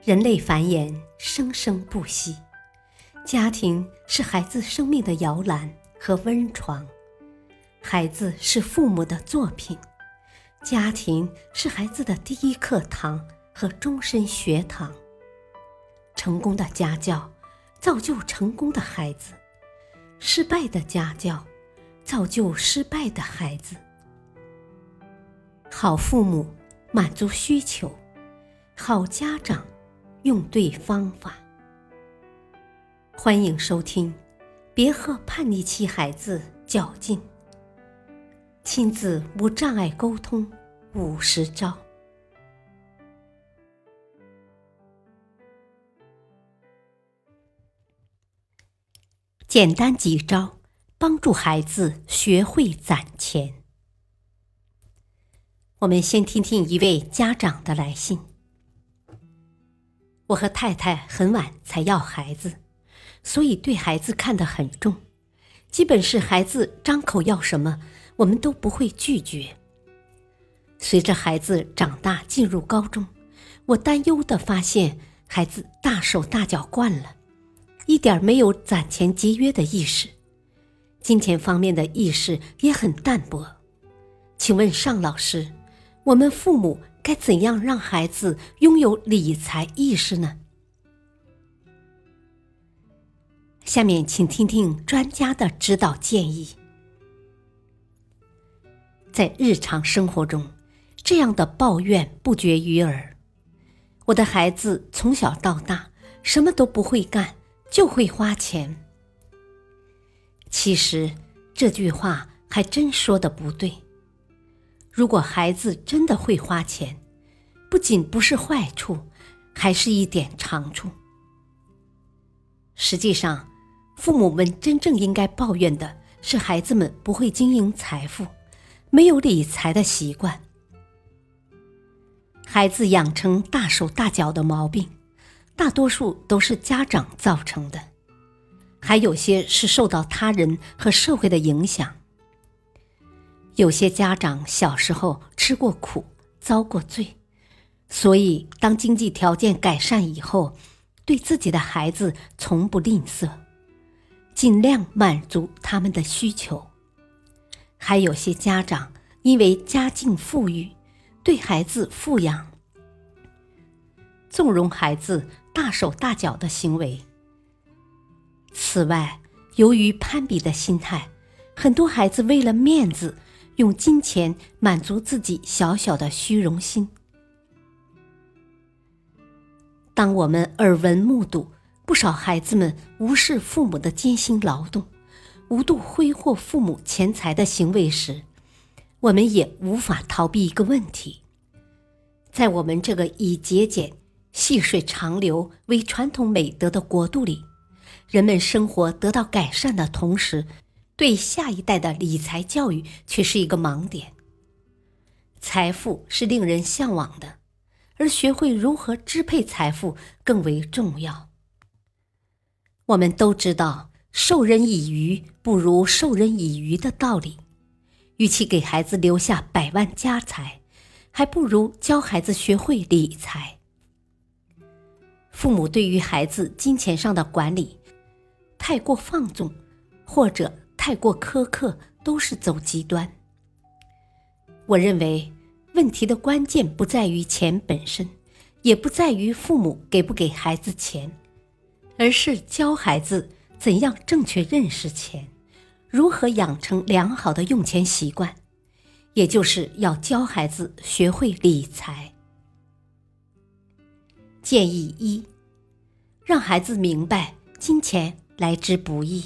人类繁衍生生不息，家庭是孩子生命的摇篮和温床，孩子是父母的作品，家庭是孩子的第一课堂和终身学堂。成功的家教造就成功的孩子，失败的家教造就失败的孩子。好父母满足需求，好家长用对方法。欢迎收听，别和叛逆期孩子较劲，亲子无障碍沟通50招。简单几招，帮助孩子学会攒钱。我们先听听一位家长的来信。我和太太很晚才要孩子，所以对孩子看得很重，基本是孩子张口要什么，我们都不会拒绝。随着孩子长大进入高中，我担忧地发现孩子大手大脚惯了，一点没有攒钱节约的意识，金钱方面的意识也很淡薄。请问尚老师，我们父母该怎样让孩子拥有理财意识呢？下面请听听专家的指导建议。在日常生活中，这样的抱怨不绝于耳。我的孩子从小到大什么都不会干，就会花钱。其实这句话还真说得不对。如果孩子真的会花钱，不仅不是坏处，还是一点长处。实际上，父母们真正应该抱怨的是孩子们不会经营财富，没有理财的习惯。孩子养成大手大脚的毛病，大多数都是家长造成的，还有些是受到他人和社会的影响。有些家长小时候吃过苦，遭过罪，所以当经济条件改善以后，对自己的孩子从不吝啬，尽量满足他们的需求。还有些家长因为家境富裕，对孩子富养，纵容孩子大手大脚的行为。此外，由于攀比的心态，很多孩子为了面子，用金钱满足自己小小的虚荣心。当我们耳闻目睹不少孩子们无视父母的艰辛劳动，无度挥霍父母钱财的行为时，我们也无法逃避一个问题：在我们这个以节俭、细水长流为传统美德的国度里，人们生活得到改善的同时，对下一代的理财教育却是一个盲点。财富是令人向往的，而学会如何支配财富更为重要。我们都知道授人以鱼不如授人以渔的道理，与其给孩子留下百万家财，还不如教孩子学会理财。父母对于孩子金钱上的管理太过放纵，或者太过苛刻，都是走极端。我认为问题的关键不在于钱本身，也不在于父母给不给孩子钱，而是教孩子怎样正确认识钱，如何养成良好的用钱习惯，也就是要教孩子学会理财。建议1，让孩子明白金钱来之不易。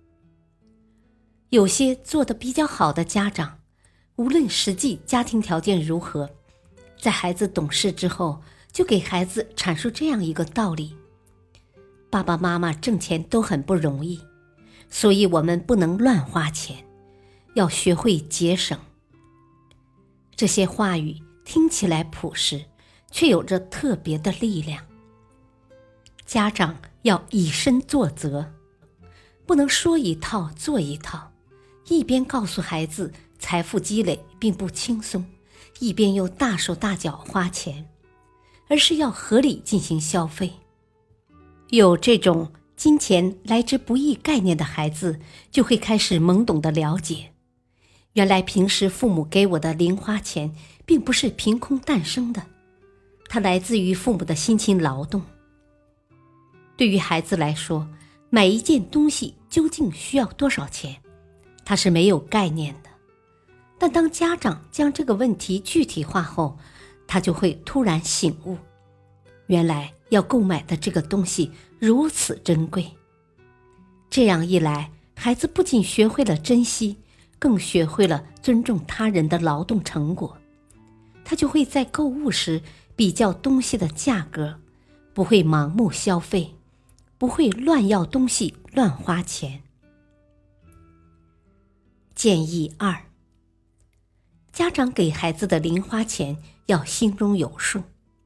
有些做得比较好的家长，无论实际家庭条件如何，在孩子懂事之后，就给孩子阐述这样一个道理：爸爸妈妈挣钱都很不容易，所以我们不能乱花钱，要学会节省。这些话语听起来朴实，却有着特别的力量。家长要以身作则，不能说一套做一套，一边告诉孩子财富积累并不轻松，一边又大手大脚花钱， 而是要合理进行消费。有这种金钱来之不易概念的孩子，就会开始懵懂地了解，原来平时父母给我的零花钱并不是凭空诞生的，它来自于父母的辛勤劳动。对于孩子来说，买一件东西究竟需要多少钱，他是没有概念的。但当家长将这个问题具体化后，他就会突然醒悟，原来要购买的这个东西如此珍贵。这样一来，孩子不仅学会了珍惜，更学会了尊重他人的劳动成果。他就会在购物时比较东西的价格，不会盲目消费，不会乱要东西乱花钱。建议2：家长给孩子的零花钱要心中有数。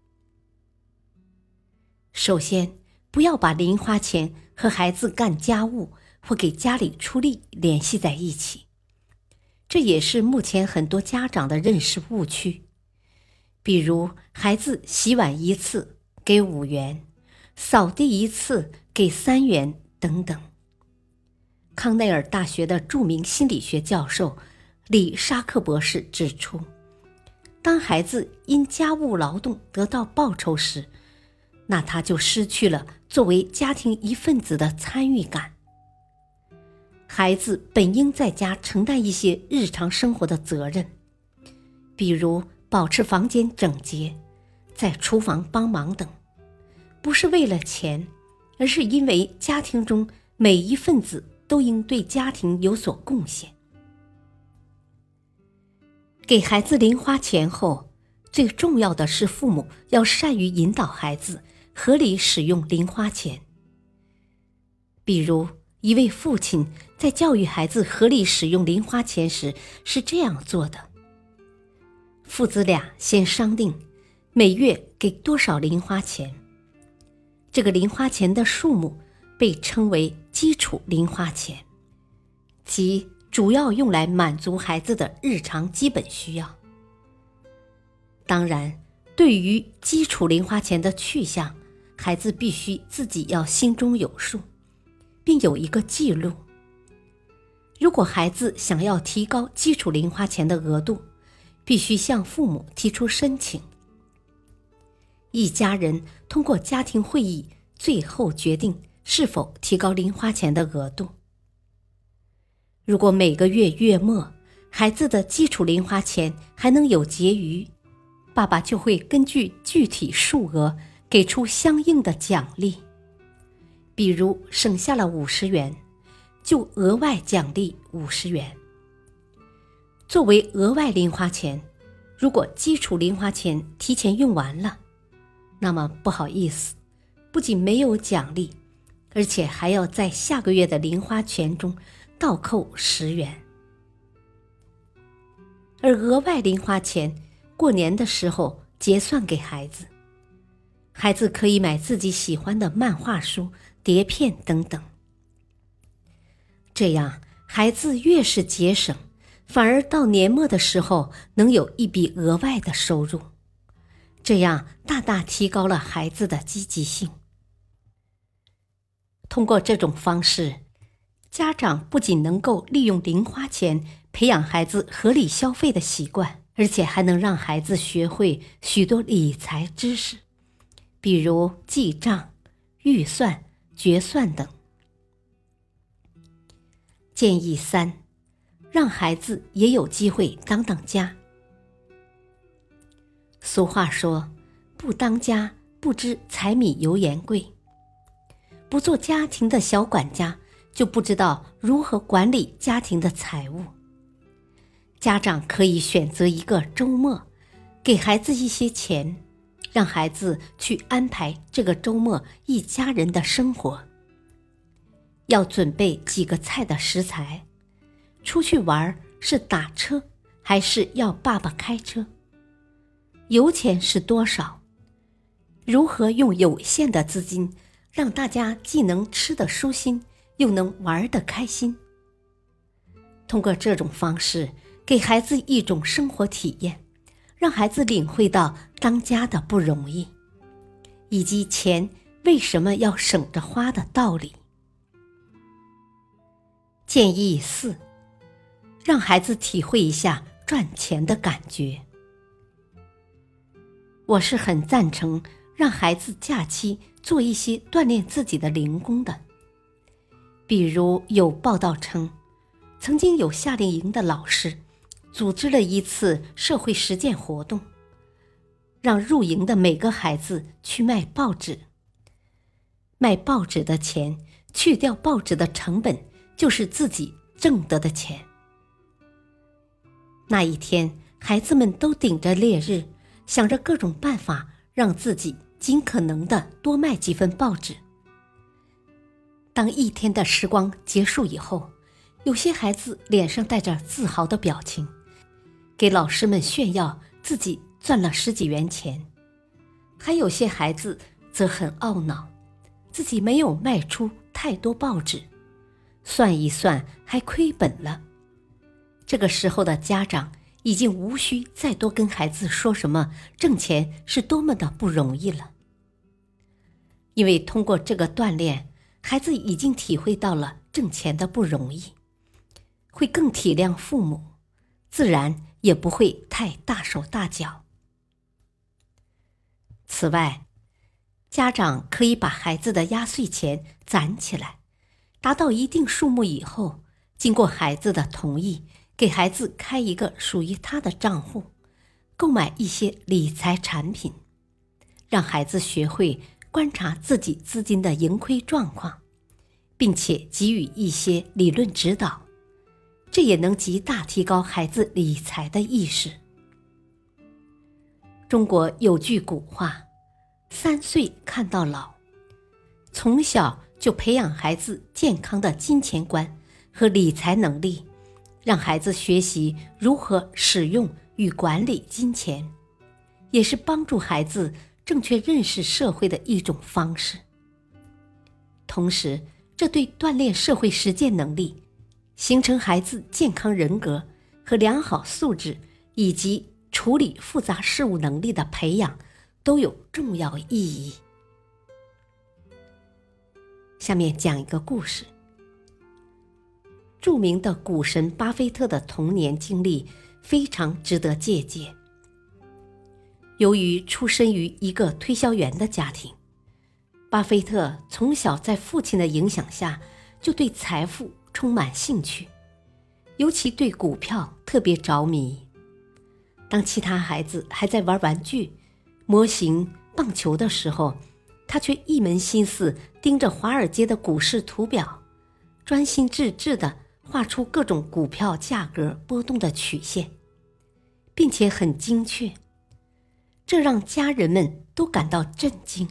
首先，不要把零花钱和孩子干家务或给家里出力联系在一起，这也是目前很多家长的认识误区。比如，孩子洗碗一次给5元，扫地一次给3元等等。康奈尔大学的著名心理学教授李沙克博士指出，当孩子因家务劳动得到报酬时，那他就失去了作为家庭一份子的参与感。孩子本应在家承担一些日常生活的责任，比如保持房间整洁，在厨房帮忙等，不是为了钱，而是因为家庭中每一份子都应对家庭有所贡献。给孩子零花钱后，最重要的是父母要善于引导孩子合理使用零花钱。比如，一位父亲在教育孩子合理使用零花钱时是这样做的：父子俩先商定每月给多少零花钱，这个零花钱的数目被称为基础零花钱，即主要用来满足孩子的日常基本需要。当然，对于基础零花钱的去向，孩子必须自己要心中有数，并有一个记录。如果孩子想要提高基础零花钱的额度，必须向父母提出申请。一家人通过家庭会议最后决定是否提高零花钱的额度。如果每个月月末孩子的基础零花钱还能有结余，爸爸就会根据具体数额给出相应的奖励。比如省下了50元，就额外奖励50元。作为额外零花钱，如果基础零花钱提前用完了，那么不好意思，不仅没有奖励，而且还要在下个月的零花钱中倒扣10元。而额外零花钱，过年的时候结算给孩子，孩子可以买自己喜欢的漫画书、碟片等等。这样，孩子越是节省，反而到年末的时候能有一笔额外的收入，这样大大提高了孩子的积极性。通过这种方式，家长不仅能够利用零花钱培养孩子合理消费的习惯，而且还能让孩子学会许多理财知识，比如记账、预算、决算等。建议3：让孩子也有机会当当家。俗话说，不当家不知柴米油盐贵，不做家庭的小管家，就不知道如何管理家庭的财务。家长可以选择一个周末，给孩子一些钱，让孩子去安排这个周末一家人的生活。要准备几个菜的食材，出去玩是打车还是要爸爸开车？油钱是多少？如何用有限的资金让大家既能吃得舒心，又能玩得开心？通过这种方式，给孩子一种生活体验，让孩子领会到当家的不容易。 以及钱为什么要省着花的道理。建议4，让孩子体会一下赚钱的感觉。我是很赞成让孩子假期做一些锻炼自己的零工的。比如有报道称，曾经有夏令营的老师组织了一次社会实践活动，让入营的每个孩子去卖报纸。卖报纸的钱，去掉报纸的成本，就是自己挣得的钱。那一天，孩子们都顶着烈日，想着各种办法让自己尽可能的多卖几份报纸。当一天的时光结束以后，有些孩子脸上带着自豪的表情，给老师们炫耀自己赚了10几元钱。还有些孩子则很懊恼，自己没有卖出太多报纸，算一算还亏本了。这个时候的家长已经无需再多跟孩子说什么挣钱是多么的不容易了，因为通过这个锻炼，孩子已经体会到了挣钱的不容易，会更体谅父母，自然也不会太大手大脚。此外，家长可以把孩子的压岁钱攒起来，达到一定数目以后，经过孩子的同意，给孩子开一个属于他的账户，购买一些理财产品，让孩子学会观察自己资金的盈亏状况，并且给予一些理论指导，这也能极大提高孩子理财的意识。中国有句古话，3岁看到老，从小就培养孩子健康的金钱观和理财能力，让孩子学习如何使用与管理金钱，也是帮助孩子正确认识社会的一种方式。同时，这对锻炼社会实践能力，形成孩子健康人格和良好素质，以及处理复杂事物能力的培养都有重要意义。下面讲一个故事。著名的股神巴菲特的童年经历非常值得借鉴。由于出身于一个推销员的家庭，巴菲特从小在父亲的影响下就对财富充满兴趣，尤其对股票特别着迷。当其他孩子还在玩玩具、模型、棒球的时候，他却一门心思盯着华尔街的股市图表，专心致志地画出各种股票价格波动的曲线，并且很精确，这让家人们都感到震惊。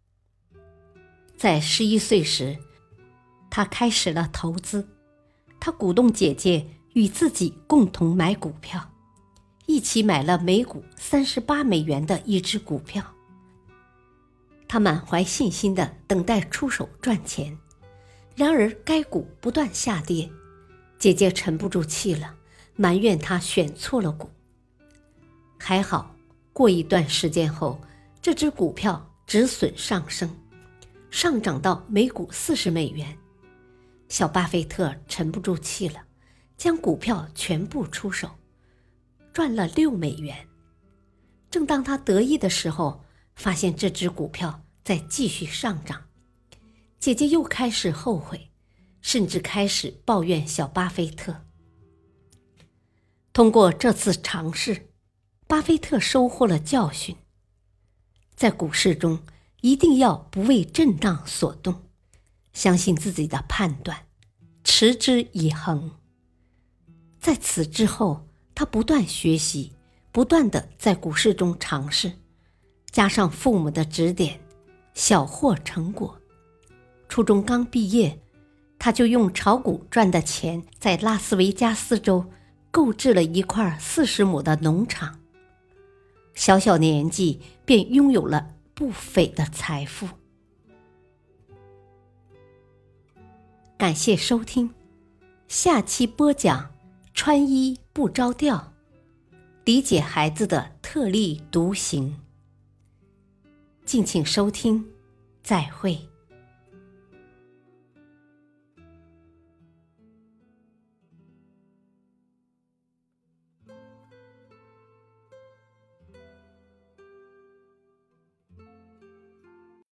在11岁时，他开始了投资，他鼓动姐姐与自己共同买股票，一起买了每股38美元的一只股票。他满怀信心地等待出手赚钱，然而该股不断下跌，姐姐沉不住气了，埋怨他选错了股。还好，过一段时间后，这只股票止损上升，上涨到每股40美元。小巴菲特沉不住气了，将股票全部出手，赚了6美元。正当他得意的时候，发现这只股票在继续上涨，姐姐又开始后悔，甚至开始抱怨小巴菲特。通过这次尝试，巴菲特收获了教训，在股市中一定要不为震荡所动，相信自己的判断，持之以恒。在此之后，他不断学习，不断地在股市中尝试，加上父母的指点，小获成果。初中刚毕业，他就用炒股赚的钱，在拉斯维加斯州购置了一块40亩的农场。小小年纪便拥有了不菲的财富。感谢收听，下期播讲穿衣不着调，理解孩子的特立独行。 敬请收听，再会。